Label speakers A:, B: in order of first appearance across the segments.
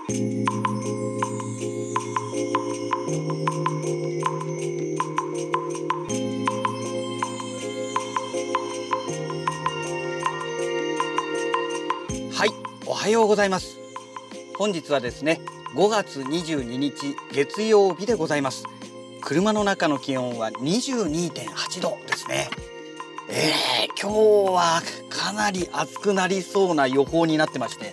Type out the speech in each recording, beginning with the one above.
A: はい、おはようございます。本日はですね、5月22日月曜日でございます。車の中の気温は 22.8 度ですね。今日はかなり暑くなりそうな予報になってまして、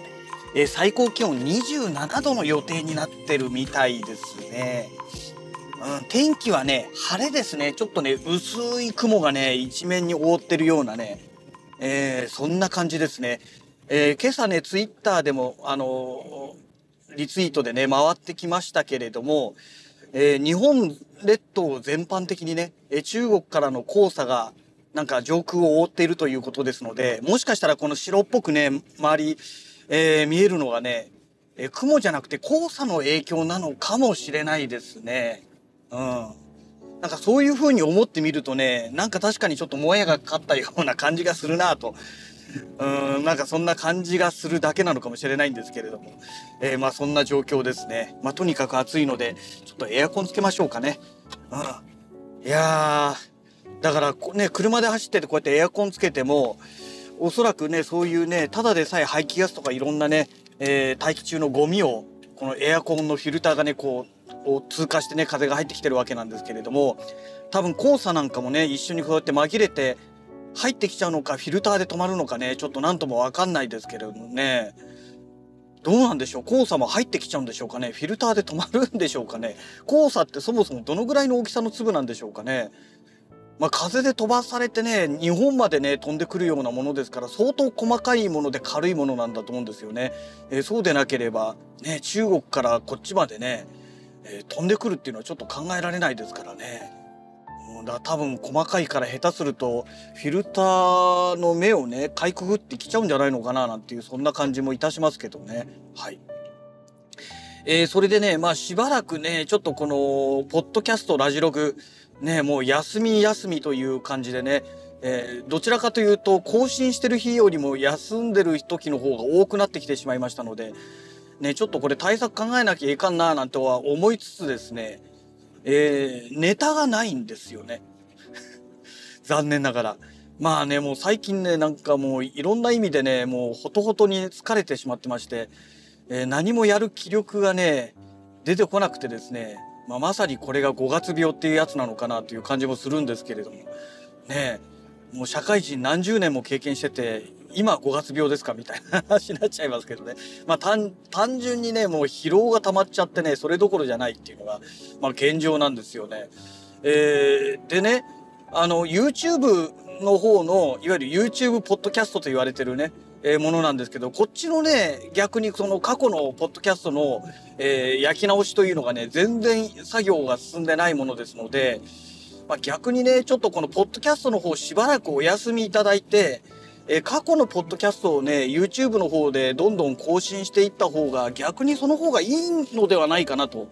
A: 最高気温27度の予定になってるみたいですね。天気はね、晴れですね。ちょっとね、薄い雲がね、一面に覆ってるようなね、そんな感じですね。今朝ね、ツイッターでも、リツイートでね、回ってきましたけれども、日本列島全般的にね、中国からの黄砂がなんか上空を覆っているということですので、もしかしたらこの白っぽくね、周り、見えるのがね、雲じゃなくて黄砂の影響なのかもしれないですね。なんかそういう風に思ってみるとね、なんか確かにちょっともやがかかったような感じがするなと。なんかそんな感じがするだけなのかもしれないんですけれども、まあそんな状況ですね。まあとにかく暑いので、ちょっとエアコンつけましょうかね。いやー、だからね、車で走っててこうやってエアコンつけても、おそらくね、そういうね、ただでさえ排気ガスとかいろんなね、大気中のゴミを、このエアコンのフィルターがね、こう通過してね、風が入ってきてるわけなんですけれども、多分黄砂なんかもね、一緒にこうやって紛れて入ってきちゃうのか、フィルターで止まるのかね、ちょっとなんともわかんないですけれどもね。どうなんでしょう、黄砂も入ってきちゃうんでしょうかね、フィルターで止まるんでしょうかね。黄砂ってそもそもどのぐらいの大きさの粒なんでしょうかね。まあ、風で飛ばされてね、日本までね、飛んでくるようなものですから、相当細かいもので軽いものなんだと思うんですよね。そうでなければ、ね、中国からこっちまでね、飛んでくるっていうのはちょっと考えられないですからね。だから多分細かいから下手すると、フィルターの目をね、かいくぐってきちゃうんじゃないのかななんていう、そんな感じもいたしますけどね。はい。それでね、まあしばらくね、ちょっとこの、ポッドキャスト、ラジログ、ね、もう休み休みという感じでね、どちらかというと、更新してる日よりも休んでる時の方が多くなってきてしまいましたので、ね、ちょっとこれ対策考えなきゃいかんななんては思いつつですね、ネタがないんですよね。残念ながら。まあね、もう最近ね、なんかもういろんな意味でね、もうほとほとに疲れてしまってまして、何もやる気力がね、出てこなくてですね、まあ、まさにこれが5月病っていうやつなのかなという感じもするんですけれども、ね、もう社会人何十年も経験してて、今5月病ですかみたいな話になっちゃいますけどね。まあ単純にね、もう疲労が溜まっちゃってね、それどころじゃないっていうのが、まあ現状なんですよね。でね、YouTube の方の、いわゆる YouTube ポッドキャストと言われてるね、ものなんですけど、こっちのね、逆にその過去のポッドキャストの、焼き直しというのがね、全然作業が進んでないものですので、まあ、逆にね、ちょっとこのポッドキャストの方しばらくお休みいただいて、過去のポッドキャストをね、YouTube の方でどんどん更新していった方が、逆にその方がいいのではないかなと、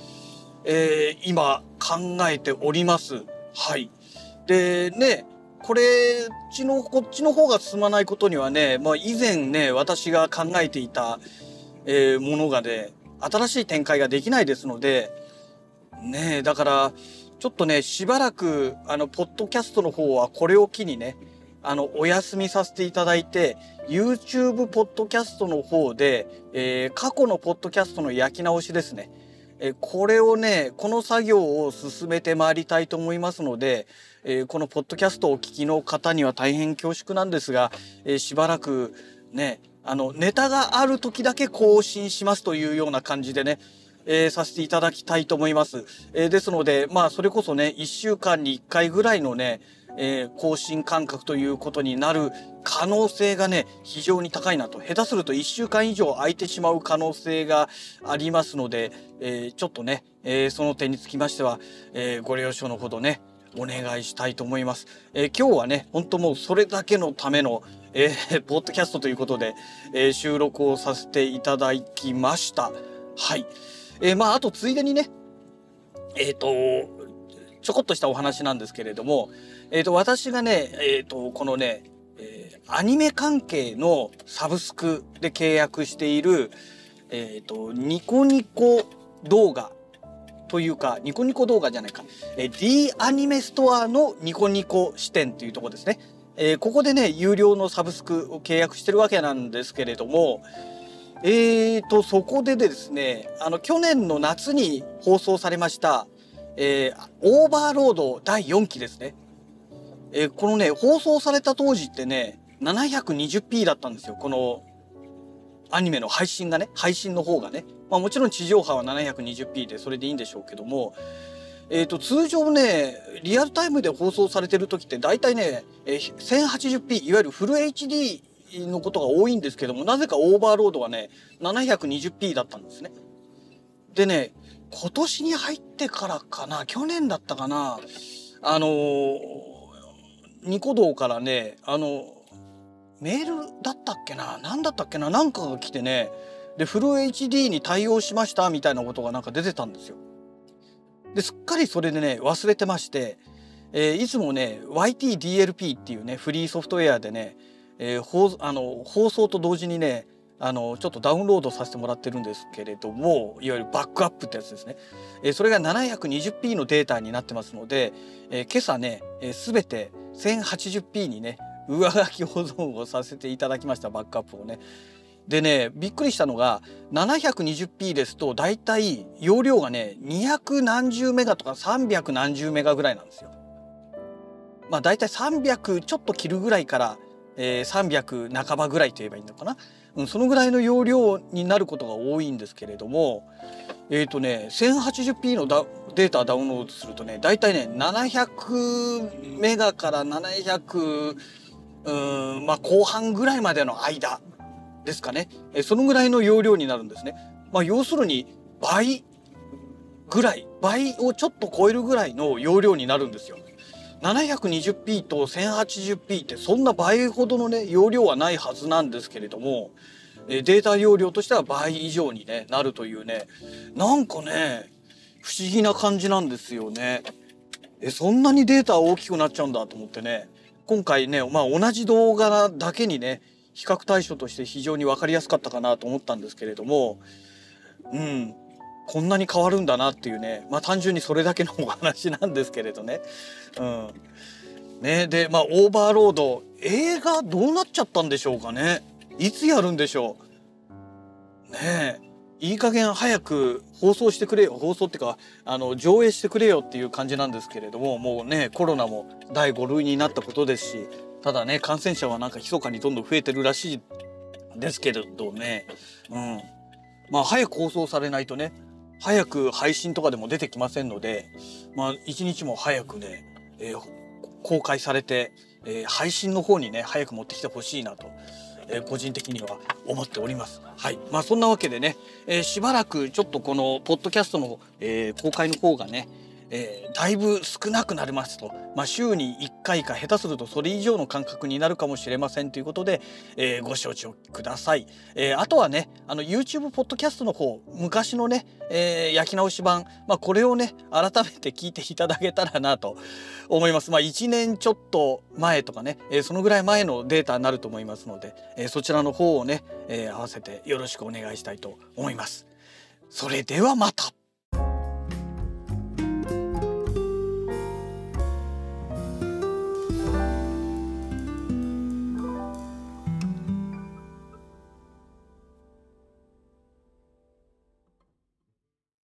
A: 今考えております。はい。でね、こっちの方が進まないことにはね、まあ以前ね、私が考えていた、ものがね、新しい展開ができないですので、ね、だから、ちょっとね、しばらく、ポッドキャストの方はこれを機にね、お休みさせていただいて、YouTube ポッドキャストの方で、過去のポッドキャストの焼き直しですね。これをね、この作業を進めてまいりたいと思いますので、このポッドキャストをお聞きの方には大変恐縮なんですが、しばらくね、ネタがある時だけ更新しますというような感じでね、させていただきたいと思います。ですので、まあ、それこそね、1週間に1回ぐらいのね、更新間隔ということになる可能性がね、非常に高いなと。下手すると1週間以上空いてしまう可能性がありますので、ちょっとね、その点につきましては、ご了承のほどね、お願いしたいと思います。今日はね、本当もうそれだけのための、ポッドキャストということで、収録をさせていただきました。はい。まあ、あとついでにね、ちょこっとしたお話なんですけれども、私がね、このね、アニメ関係のサブスクで契約している、 ニコニコ動画というか、ニコニコ動画じゃないか、D アニメストアのニコニコ視点というところですね。ここでね有料のサブスクを契約してるわけなんですけれども、そこでですね、去年の夏に放送されました、オーバーロード第4期ですね。このね放送された当時ってね 720p だったんですよ。このアニメの配信の方がね、もちろん地上波は 720p でそれでいいんでしょうけども、通常ねリアルタイムで放送されてる時って大体ね、1080p いわゆるフル HD のことが多いんですけども、なぜかオーバーロードはね 720p だったんですね。でね、今年に入ってからかな、去年だったかな、ニコ動からねメールだったっけな、何だったっけな、なんかが来てね、でフル HD に対応しましたみたいなことがなんか出てたんですよ。ですっかりそれでね忘れてまして、いつもね YTDLP っていうねフリーソフトウェアでね、放送と同時にねちょっとダウンロードさせてもらってるんですけれども、いわゆるバックアップってやつですね。それが 720p のデータになってますので、今朝ね全て 1080p にね上書き保存をさせていただきました、バックアップをね。でねびっくりしたのが 720p ですとだいたい容量がね200何十メガとか300何十メガぐらいなんですよ。だいたい300ちょっと切るぐらいから、300半ばぐらいと言えばいいのかな、そのぐらいの容量になることが多いんですけれども、1080p のデータダウンロードするとねだいたいね700メガから700後半ぐらいまでの間ですかね、そのぐらいの容量になるんですね。要するに倍をちょっと超えるぐらいの容量になるんですよ。720p と 1080p ってそんな倍ほどのね容量はないはずなんですけれども、データ容量としては倍以上に、ね、なるというね、なんかね不思議な感じなんですよね。そんなにデータ大きくなっちゃうんだと思ってね、今回ね同じ動画だけにね比較対象として非常に分かりやすかったかなと思ったんですけれども、こんなに変わるんだなっていうね、単純にそれだけのお話なんですけれどね。でオーバーロード映画どうなっちゃったんでしょうかね。いつやるんでしょうね。いい加減早く放送してくれよ、放送っていうか上映してくれよっていう感じなんですけれども、もうねコロナも第5類になったことですし、ただね感染者はなんか密かにどんどん増えてるらしいですけれどね、早く放送されないとね早く配信とかでも出てきませんので、一日も早くね、公開されて、配信の方にね早く持ってきてほしいなと、個人的には思っております。はい、そんなわけでね、しばらくちょっとこのポッドキャストの、公開の方がねだいぶ少なくなりますと、週に1回か下手するとそれ以上の間隔になるかもしれませんということで、ご承知ください。あとはねYouTube ポッドキャストの方昔のね、焼き直し版、これをね改めて聞いていただけたらなと思います。1年ちょっと前とかね、そのぐらい前のデータになると思いますので、そちらの方をね、合わせてよろしくお願いしたいと思います。それではまた。